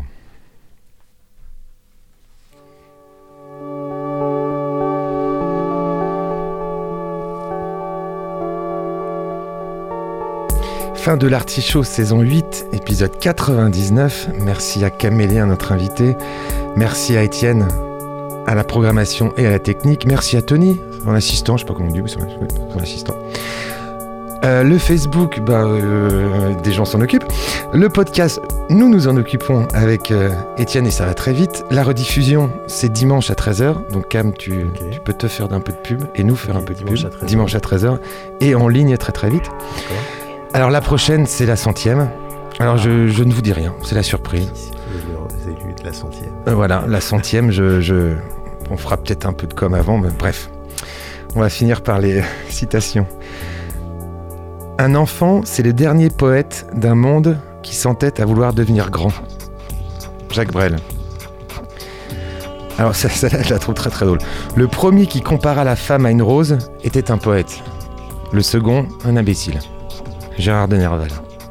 Fin de l'Artichaut, saison 8, épisode 99. Merci à Camélien, notre invité. Merci à Étienne, à la programmation et à la technique. Merci à Tony, son assistant, je sais pas comment on dit, oui, son assistant. Le Facebook, des gens s'en occupent. Le podcast, nous en occupons avec Étienne et ça va très vite. La rediffusion, c'est dimanche à 13h. Donc Cam, tu peux te faire un peu de pub et nous faire un peu de pub. Dimanche à 13h. Et en ligne très très vite. D'accord. Alors la prochaine, c'est la 100e. Alors je ne vous dis rien, c'est la surprise. Les élus de la 100e. Voilà, la 100e, on fera peut-être un peu de com avant, mais bref. On va finir par les citations. Un enfant, c'est le dernier poète d'un monde qui s'entête à vouloir devenir grand. Jacques Brel. Alors celle-là, je la trouve très très drôle. Le premier qui compara la femme à une rose était un poète. Le second, un imbécile. Gérard de Nerval.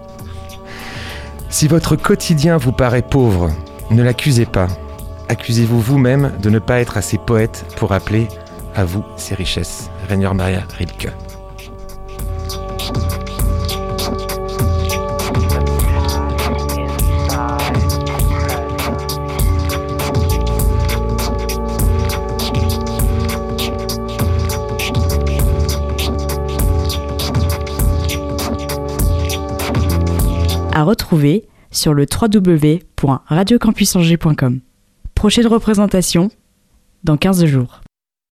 Si votre quotidien vous paraît pauvre, ne l'accusez pas. Accusez-vous vous-même de ne pas être assez poète pour appeler à vous ces richesses. Rainer Maria Rilke. À retrouver sur le www.radiocampusangers.com. Prochaine représentation dans 15 jours.